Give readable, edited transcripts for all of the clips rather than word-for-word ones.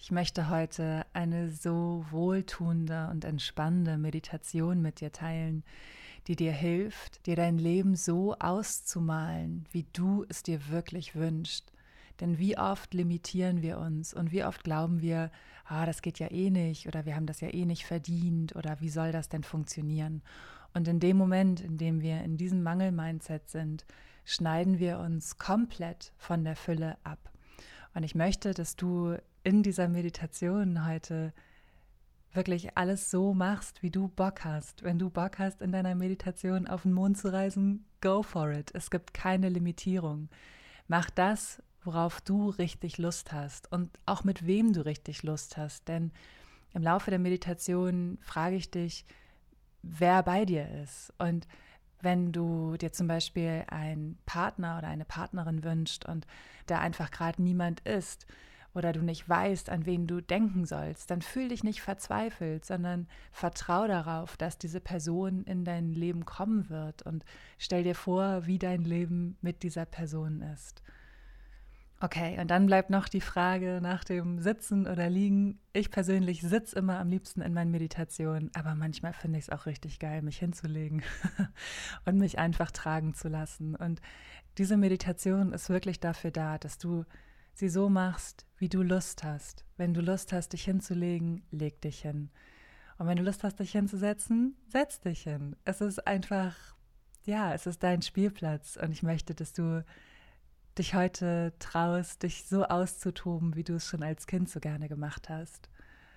Ich möchte heute eine so wohltuende und entspannende Meditation mit dir teilen, die dir hilft, dir dein Leben so auszumalen, wie du es dir wirklich wünschst. Denn wie oft limitieren wir uns und wie oft glauben wir, das geht ja eh nicht oder wir haben das ja eh nicht verdient oder wie soll das denn funktionieren? Und in dem Moment, in dem wir in diesem Mangel-Mindset sind, schneiden wir uns komplett von der Fülle ab. Und ich möchte, dass du in dieser Meditation heute wirklich alles so machst, wie du Bock hast. Wenn du Bock hast, in deiner Meditation auf den Mond zu reisen, go for it. Es gibt keine Limitierung. Mach das, worauf du richtig Lust hast und auch mit wem du richtig Lust hast. Denn im Laufe der Meditation frage ich dich, wer bei dir ist. Und wenn du dir zum Beispiel einen Partner oder eine Partnerin wünschst und da einfach gerade niemand ist oder du nicht weißt, an wen du denken sollst, dann fühl dich nicht verzweifelt, sondern vertrau darauf, dass diese Person in dein Leben kommen wird und stell dir vor, wie dein Leben mit dieser Person ist. Okay, und dann bleibt noch die Frage nach dem Sitzen oder Liegen. Ich persönlich sitze immer am liebsten in meinen Meditationen, aber manchmal finde ich es auch richtig geil, mich hinzulegen und mich einfach tragen zu lassen. Und diese Meditation ist wirklich dafür da, dass du sie so machst, wie du Lust hast. Wenn du Lust hast, dich hinzulegen, leg dich hin. Und wenn du Lust hast, dich hinzusetzen, setz dich hin. Es ist einfach, es ist dein Spielplatz und ich möchte, dass du dich heute traust, dich so auszutoben, wie du es schon als Kind so gerne gemacht hast.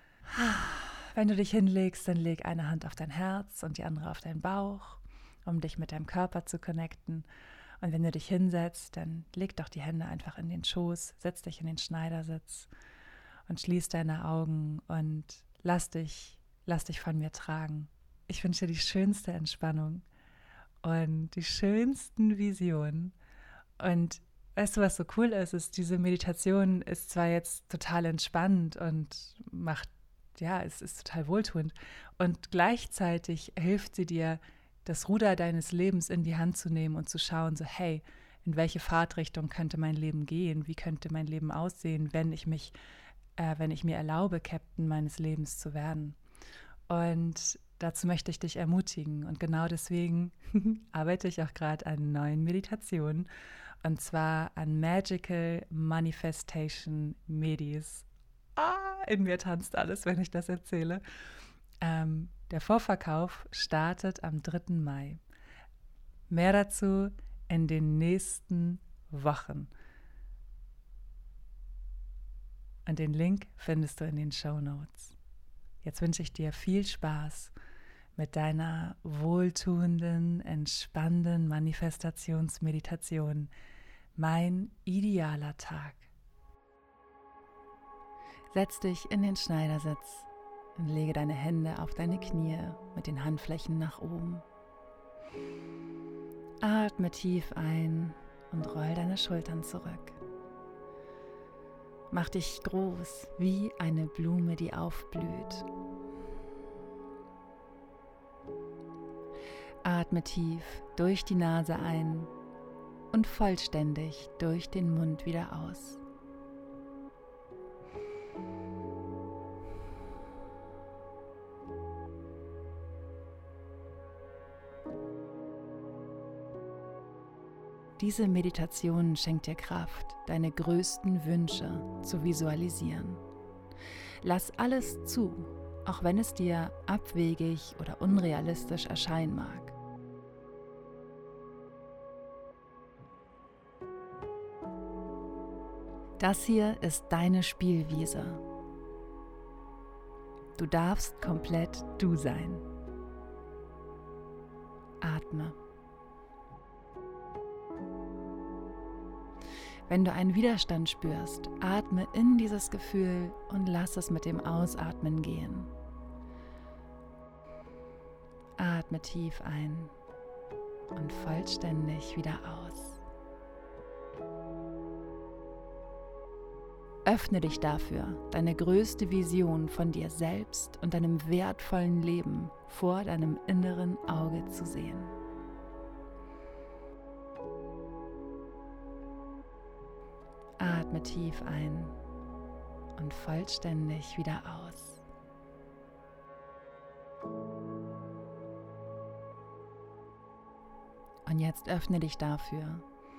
Wenn du dich hinlegst, dann leg eine Hand auf dein Herz und die andere auf deinen Bauch, um dich mit deinem Körper zu connecten. Und wenn du dich hinsetzt, dann leg doch die Hände einfach in den Schoß, setz dich in den Schneidersitz und schließ deine Augen und lass dich von mir tragen. Ich wünsche dir die schönste Entspannung und die schönsten Visionen. Und weißt du, was so cool ist, diese Meditation ist zwar jetzt total entspannt und es ist total wohltuend und gleichzeitig hilft sie dir, das Ruder deines Lebens in die Hand zu nehmen und zu schauen, so hey, in welche Fahrtrichtung könnte mein Leben gehen, wie könnte mein Leben aussehen, wenn ich mir erlaube, Captain meines Lebens zu werden. Und dazu möchte ich dich ermutigen und genau deswegen arbeite ich auch gerade an neuen Meditationen. Und zwar an Magical Manifestation Medis. In mir tanzt alles, wenn ich das erzähle. Der Vorverkauf startet am 3. Mai. Mehr dazu in den nächsten Wochen. Und den Link findest du in den Shownotes. Jetzt wünsche ich dir viel Spaß mit deiner wohltuenden, entspannenden Manifestationsmeditation. Mein idealer Tag. Setz dich in den Schneidersitz und lege deine Hände auf deine Knie mit den Handflächen nach oben. Atme tief ein und roll deine Schultern zurück. Mach dich groß wie eine Blume, die aufblüht. Atme tief durch die Nase ein und vollständig durch den Mund wieder aus. Diese Meditation schenkt dir Kraft, deine größten Wünsche zu visualisieren. Lass alles zu, auch wenn es dir abwegig oder unrealistisch erscheinen mag. Das hier ist deine Spielwiese. Du darfst komplett du sein. Atme. Wenn du einen Widerstand spürst, atme in dieses Gefühl und lass es mit dem Ausatmen gehen. Atme tief ein und vollständig wieder aus. Öffne dich dafür, deine größte Vision von dir selbst und deinem wertvollen Leben vor deinem inneren Auge zu sehen. Atme tief ein und vollständig wieder aus. Und jetzt öffne dich dafür,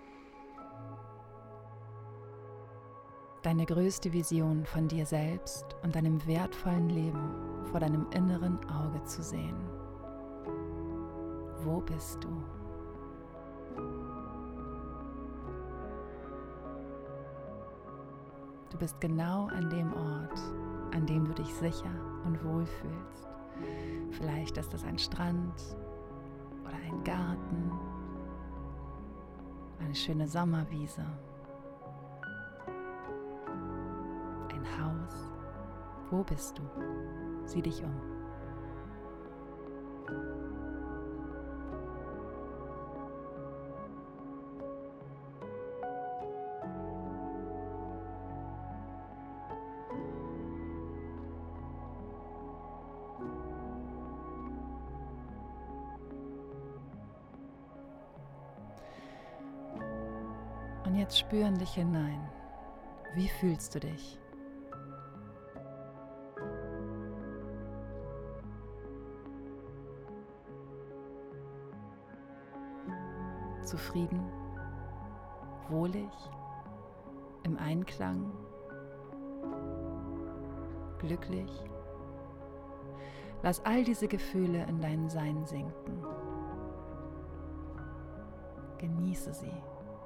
deine größte Vision von dir selbst und deinem wertvollen Leben vor deinem inneren Auge zu sehen. Wo bist du? Du bist genau an dem Ort, an dem du dich sicher und wohl fühlst. Vielleicht ist es ein Strand oder ein Garten, eine schöne Sommerwiese, ein Haus. Wo bist du? Sieh dich um. Und jetzt spür in dich hinein. Wie fühlst du dich? Zufrieden? Wohlig? Im Einklang? Glücklich? Lass all diese Gefühle in dein Sein sinken. Genieße sie.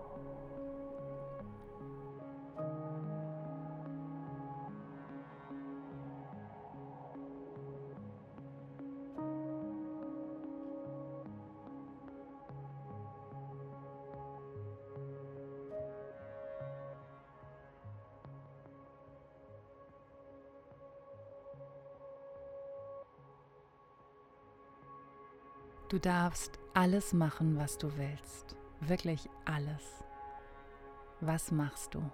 Du darfst alles machen, was du willst. Wirklich alles. Was machst du?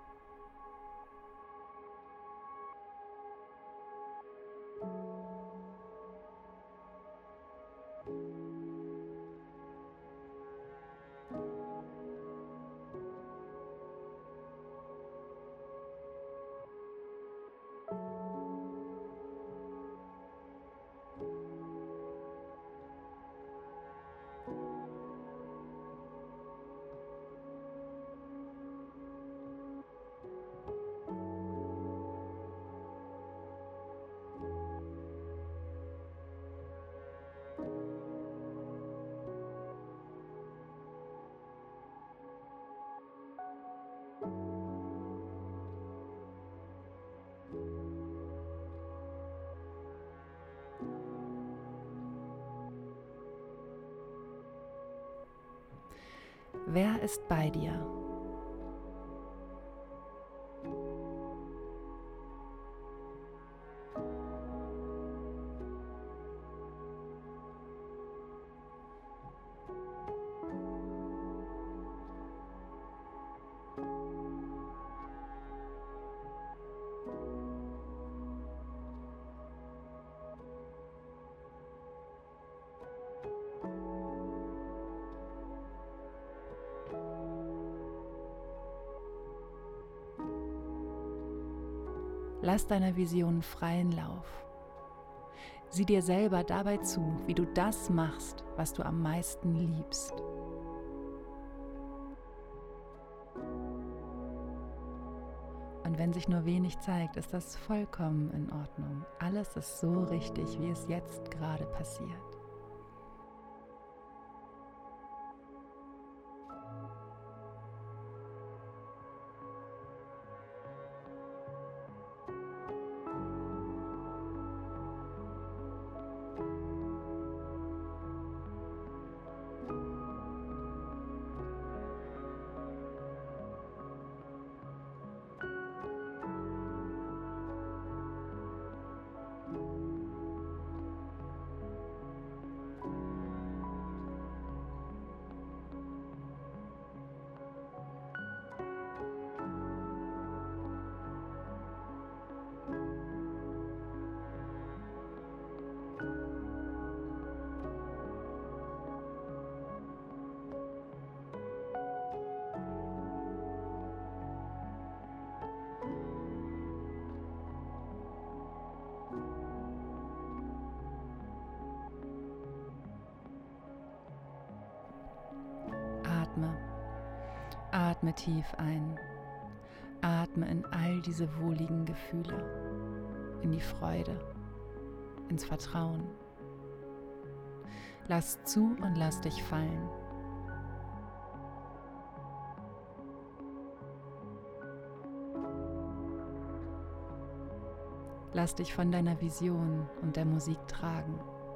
Wer ist bei dir? Lass deiner Vision freien Lauf. Sieh dir selber dabei zu, wie du das machst, was du am meisten liebst. Und wenn sich nur wenig zeigt, ist das vollkommen in Ordnung. Alles ist so richtig, wie es jetzt gerade passiert. Atme tief ein. Atme in all diese wohligen Gefühle, in die Freude, ins Vertrauen. Lass zu und lass dich fallen. Lass dich von deiner Vision und der Musik tragen.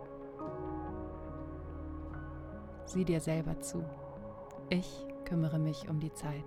Sieh dir selber zu. Ich kümmere mich um die Zeit.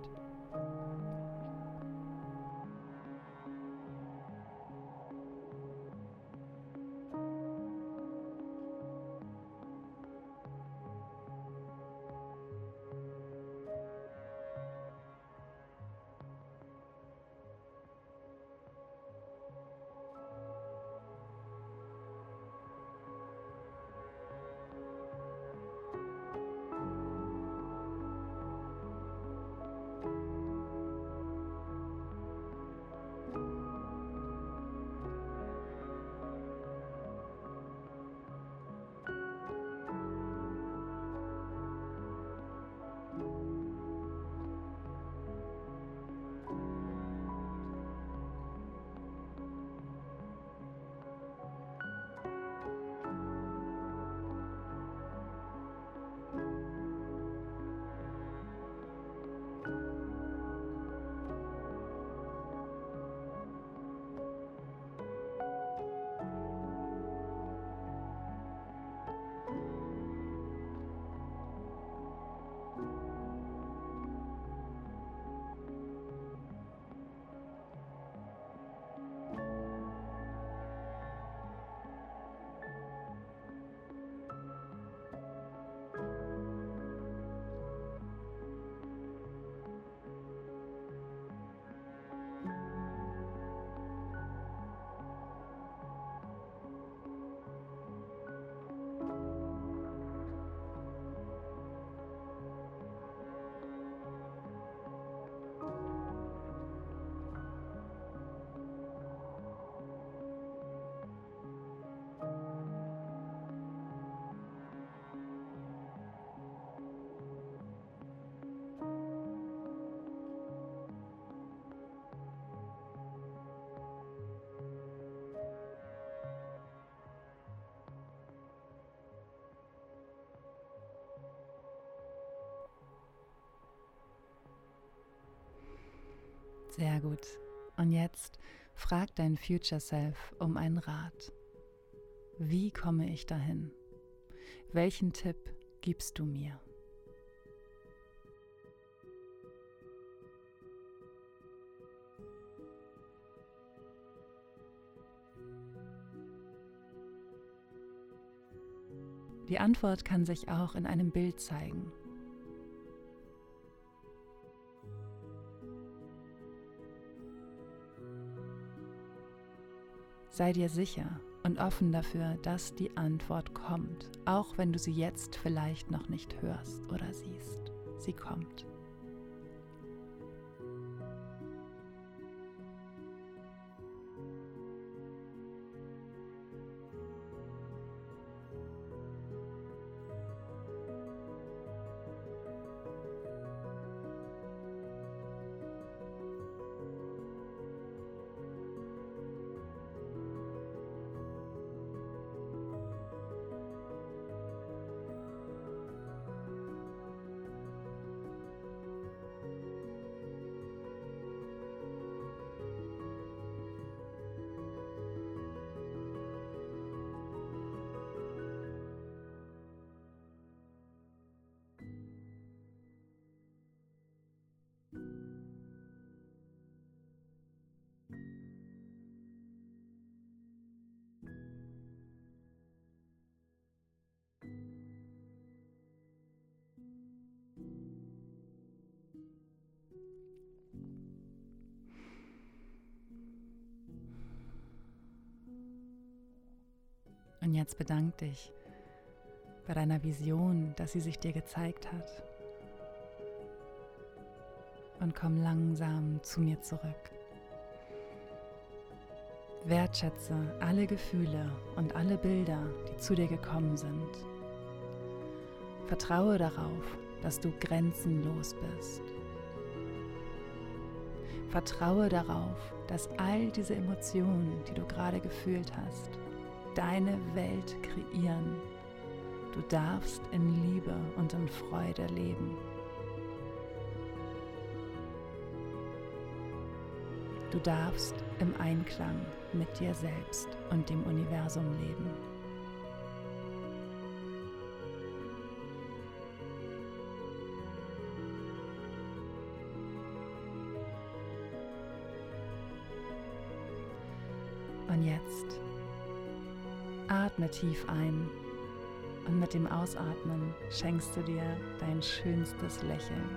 Sehr gut. Und jetzt frag dein Future Self um einen Rat. Wie komme ich dahin? Welchen Tipp gibst du mir? Die Antwort kann sich auch in einem Bild zeigen. Sei dir sicher und offen dafür, dass die Antwort kommt, auch wenn du sie jetzt vielleicht noch nicht hörst oder siehst. Sie kommt. Und jetzt bedank dich bei deiner Vision, dass sie sich dir gezeigt hat. Und komm langsam zu mir zurück. Wertschätze alle Gefühle und alle Bilder, die zu dir gekommen sind. Vertraue darauf, dass du grenzenlos bist. Vertraue darauf, dass all diese Emotionen, die du gerade gefühlt hast, deine Welt kreieren. Du darfst in Liebe und in Freude leben. Du darfst im Einklang mit dir selbst und dem Universum leben. Und jetzt atme tief ein und mit dem Ausatmen schenkst du dir dein schönstes Lächeln.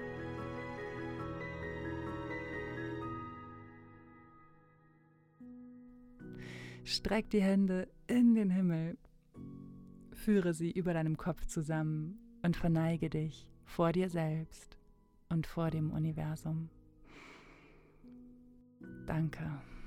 Streck die Hände in den Himmel, führe sie über deinem Kopf zusammen und verneige dich vor dir selbst und vor dem Universum. Danke.